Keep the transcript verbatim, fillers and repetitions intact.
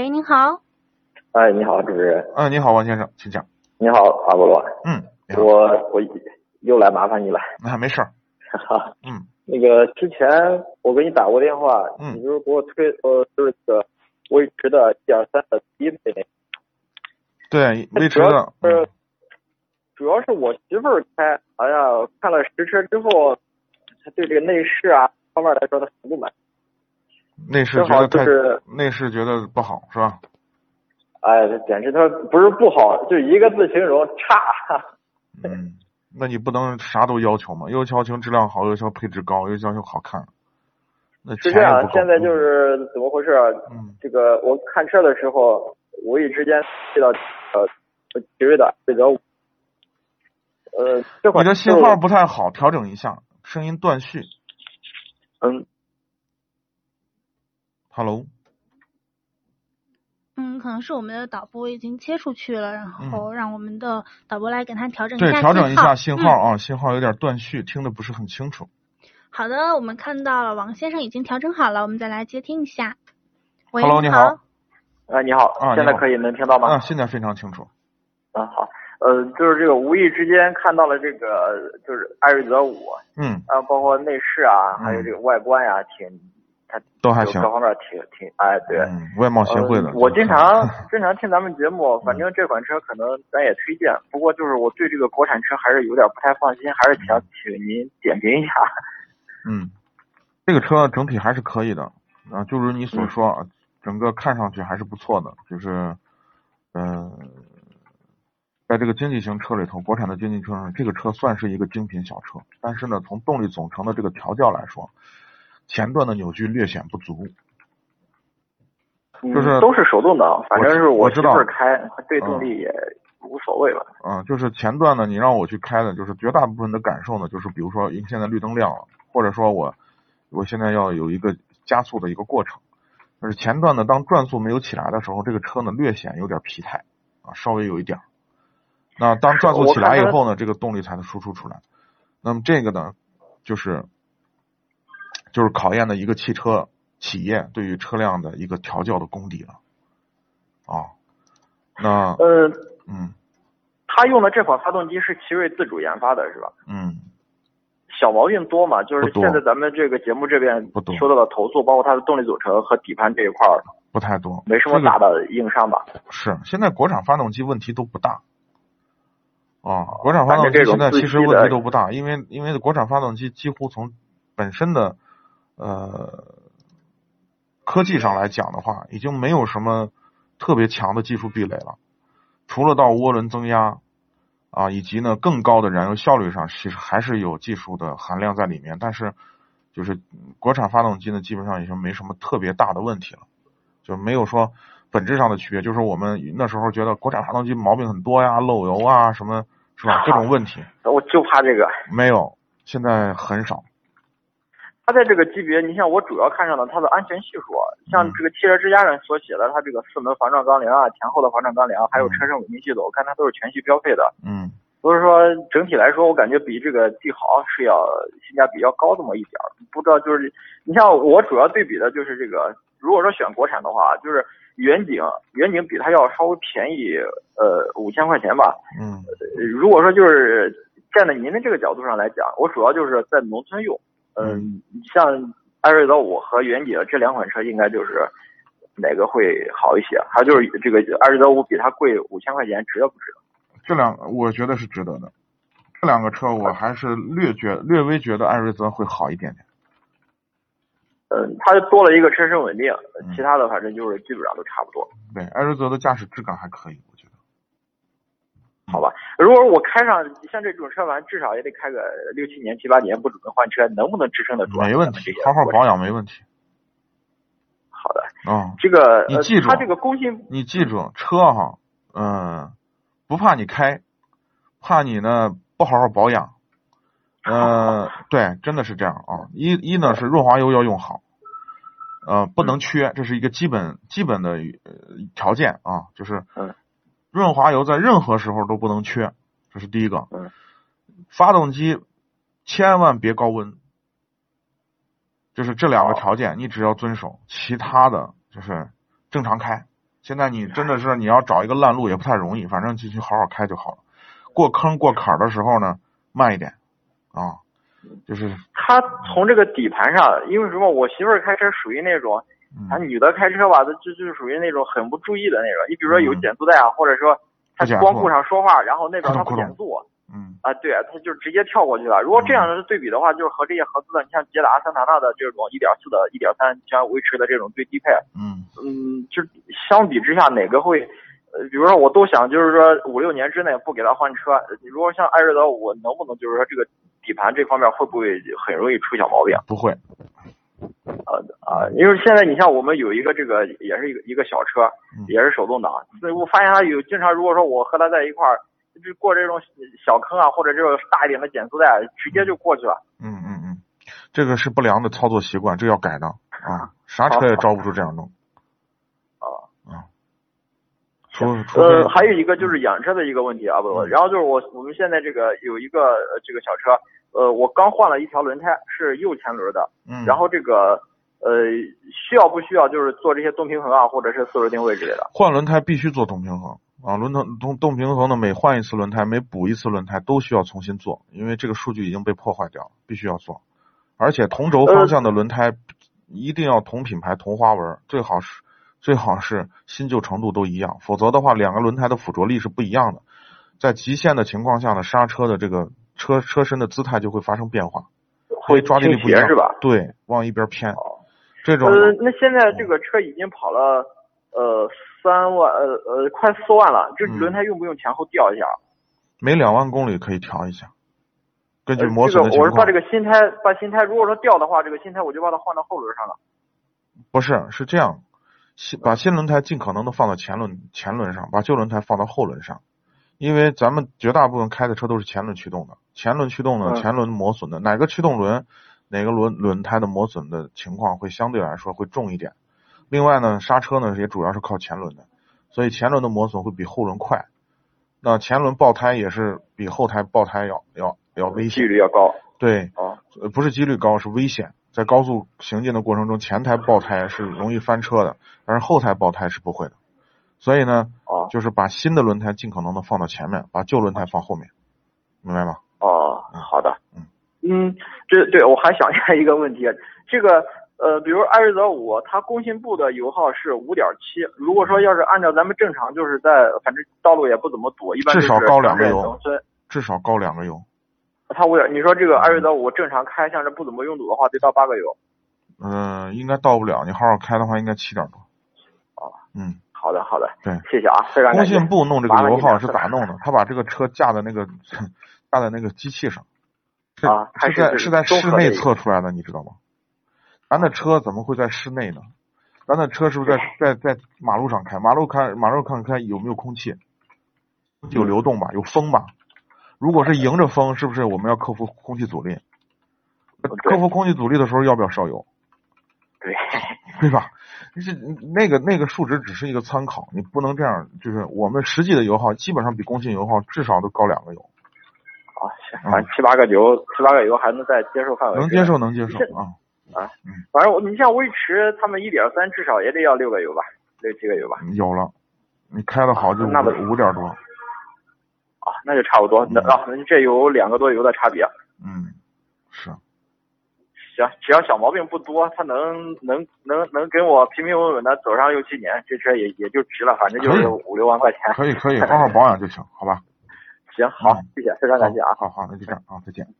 喂，您好。 哎，你好，主持人。 嗯，你好，王先生，请讲。 你好，阿波罗。 嗯， 我我又来麻烦你了。 那、啊、没事儿。 哈。 嗯。 那个之前我给你打过电话， 嗯， 你就是给我推呃就是这个威驰的一点三的低配那。 对，威驰的。 主要是、嗯、主要是我媳妇儿开，哎呀，看了实车之后，她对这个内饰啊方面来说，她很不满。 内饰觉得太、 就是内饰觉得不好是吧？ 哎，简直它不是不好，就一个字形容差。 嗯，那你不能啥都要求嘛，又要求质量好，又要求配置高，又要求好看。那是这样，现在就是怎么回事？ 嗯， 这个我看车的时候，无意之间接到呃奇瑞的这个呃这款。 你的信号不太好，调整一下，声音断续。 嗯。 Hello。 嗯，可能是我们的导播已经切出去了，然后让我们的导播来给他调整一下信号。对，调整一下信号啊， 嗯、 信号有点断续，听得不是很清楚。 好的，我们看到了王先生已经调整好了，我们再来接听一下。喂 Hello， 你好。 哎，你好， 啊， 现在可以能听到吗？ 啊，现在非常清楚。 啊，好，呃，就是这个无意之间看到了这个，就是艾瑞泽五， 嗯， 啊，包括内饰啊， 嗯、 还有这个外观呀、啊，挺。它都还行， 各方面挺挺哎，对、 嗯，外貌协会的。 呃、我经常经常听咱们节目，反正这款车可能咱也推荐，不过就是我对这个国产车还是有点不太放心，还是想请您点评一下。 嗯，这个车整体还是可以的啊，就如你所说，嗯、整个看上去还是不错的，就是嗯、呃，在这个经济型车里头，国产的经济车上，这个车算是一个精品小车，但是呢，从动力总成的这个调教来说。前段的扭矩略显不足，就是、 嗯、都是手动挡，反正是我媳妇儿开，对动力也无所谓吧。 嗯，就是前段呢，你让我去开的，就是绝大部分的感受呢，就是比如说，因为现在绿灯亮了，或者说我我现在要有一个加速的一个过程，但是前段呢，当转速没有起来的时候，这个车呢略显有点疲态啊，稍微有一点。那当转速起来以后呢，这个动力才能输出出来。那么这个呢，就是。就是考验的一个汽车企业对于车辆的一个调教的功底了，啊，那呃嗯， 他用的这款发动机是奇瑞自主研发的是吧？ 嗯， 小毛病多嘛？就是现在咱们这个节目这边收到的投诉，包括它的动力组成和底盘这一块儿不太多， 没什么大的硬伤吧？ 这个、是，现在国产发动机问题都不大，啊，国产发动机现在其实问题都不大，因为因为国产发动机几乎从本身的呃，科技上来讲的话，已经没有什么特别强的技术壁垒了。除了到涡轮增压啊，以及呢更高的燃油效率上，其实还是有技术的含量在里面。但是，就是国产发动机呢，基本上已经没什么特别大的问题了，就没有说本质上的区别。就是我们那时候觉得国产发动机毛病很多呀，漏油啊，什么是吧？这种问题， 我就怕这个没有，现在很少。 它在这个级别，你像我主要看上的它的安全系数，像这个汽车之家人所写的，它这个四门防撞钢梁啊，前后的防撞钢梁，还有车身稳定系统，我看它都是全系标配的。 嗯， 所以说整体来说，我感觉比这个帝豪是要性价比要高这么一点儿。不知道就是你像我主要对比的就是这个，如果说选国产的话，就是远景，远景比它要稍微便宜呃五千块钱吧。 嗯， 如果说就是站在您的这个角度上来讲，我主要就是在农村用。嗯，像艾瑞泽五和远景这两款车，应该就是哪个会好一些？还有就是这个艾瑞泽五比它贵五千块钱，值得不值得？ 这两我觉得是值得的。这两个车我还是略觉略微觉得艾瑞泽会好一点点。 嗯，它多了一个车身稳定，其他的反正就是基本上都差不多。 对，艾瑞泽的驾驶质感还可以，我觉得。 好吧，如果我开上像这种车，反正至少也得开个六七年、七八年，不准备换车，能不能支撑得住？ 没问题，好好保养没问题。 好的， 啊、嗯， 这个你记住， 它这个工信， 你记住，车哈，嗯，不怕你开，怕你呢不好好保养。呃，对，真的是这样啊。一一呢是润滑油要用好，呃，不能缺，这是一个基本基本的呃条件啊，就是嗯。 润滑油在任何时候都不能缺，这是第一个。 嗯， 发动机千万别高温，就是这两个条件，你只要遵守，其他的就是正常开现在你真的是你要找一个烂路也不太容易，反正继续好好开就好了。过坑过坎的时候呢，慢一点啊，就是他从这个底盘上，因为什么？我媳妇儿开车属于那种，她女的开车吧，她就就是属于那种很不注意的那种。你比如说有减速带啊，或者说她光顾上说话，然后那边她不减速， 嗯啊，对，她就直接跳过去了。如果这样的对比的话，就是和这些合资的，你像捷达、桑塔纳的这种一点四的、一点三，像威驰的这种最低配， 嗯嗯，就相比之下哪个会？呃，比如说我都想就是说五六年之内不给他换车。如果像艾瑞泽五，能不能就是说这个底盘这方面会不会很容易出小毛病？ 不会。 呃啊，因为现在你像我们有一个这个也是一个一个小车，也是手动挡，所以我发现他有经常如果说我和他在一块儿，就过这种小坑啊，或者这种大一点的减速带，直接就过去了。 嗯嗯嗯，这个是不良的操作习惯，这要改的啊，啥车也招不住这样弄。 呃，还有一个就是养车的一个问题啊，不，然后就是我我们现在这个有一个呃这个小车，呃，我刚换了一条轮胎，是右前轮的， 嗯， 然后这个呃需要不需要就是做这些动平衡啊，或者是四轮定位之类的？ 换轮胎必须做动平衡啊，轮动动动平衡呢，每换一次轮胎，每补一次轮胎都需要重新做，因为这个数据已经被破坏掉了，必须要做，而且同轴方向的轮胎一定要同品牌同花纹，最好是。最好是新旧程度都一样，否则的话，两个轮胎的附着力是不一样的。在极限的情况下呢，刹车的这个车车身的姿态就会发生变化，会抓地力不一样， 是吧？ 对，往一边偏。哦、这种呃，那现在这个车已经跑了呃三万呃呃快四万了，这轮胎用不用前后调一下？ 嗯、每两万公里可以调一下，根据磨损的情况。 呃这个、我是把这个新胎把新胎如果说掉的话，这个新胎我就把它换到后轮上了。 不是，是这样。把新轮胎尽可能的放到前轮前轮上，把旧轮胎放到后轮上，因为咱们绝大部分开的车都是前轮驱动的，前轮驱动呢，前轮磨损的哪个驱动轮，哪个轮轮胎的磨损的情况会相对来说会重一点。另外呢，刹车呢也主要是靠前轮的，所以前轮的磨损会比后轮快。那前轮爆胎也是比后胎爆胎要要要危险， 几率要高。 对，呃，不是几率高，是危险。在高速行进的过程中，前胎爆胎是容易翻车的，但是后胎爆胎是不会的。所以呢， 哦， 就是把新的轮胎尽可能的放到前面，把旧轮胎放后面，明白吗？ 哦，好的， 嗯嗯，这对我还想一个问题，这个呃，比如艾瑞泽五，它工信部的油耗是 五点七， 如果说要是按照咱们正常，就是在反正道路也不怎么堵，一般至少高两个油，至少高两个油。 它五点，你说这个艾瑞泽五正常开，像是不怎么拥堵的话，得到八个油。 嗯、呃，应该到不了，你好好开的话，应该七点多。 哦， 嗯， 好的好的， 对， 谢谢啊，非常感谢。 工信部弄这个油耗是咋弄的？他把这个车架在那个架在那个机器上，是啊， 是在是在室内测出来的，你知道吗？咱的车怎么会在室内呢？咱的车是不是在在在马路上开？马路开马路看开有没有空气？有流动吧，有风吧？如果是迎着风，是不是我们要克服空气阻力？克服空气阻力的时候，要不要烧油？ 对， 对吧？是那个那个数值只是一个参考，你不能这样。就是我们实际的油耗基本上比工信油耗至少都高两个油。 啊，行，反正七八个油，嗯、七八个油还能在接受范围。 能接受，能接受啊啊，嗯，反正我你像威驰他们一点三至少也得要六个油吧，六七个油吧。 有了，你开的好就五、啊、五点多。 啊，那就差不多，那、嗯、啊，这有两个多油的差别。 嗯，是。 行，只要小毛病不多，它能能能能跟我平平稳稳的走上六七年，这车也也就值了，反正就是五六万块钱。 可以可以，好好保养就行，好吧？ 行，好，嗯、谢谢，非常感谢啊。 好好，那就这样啊，再见。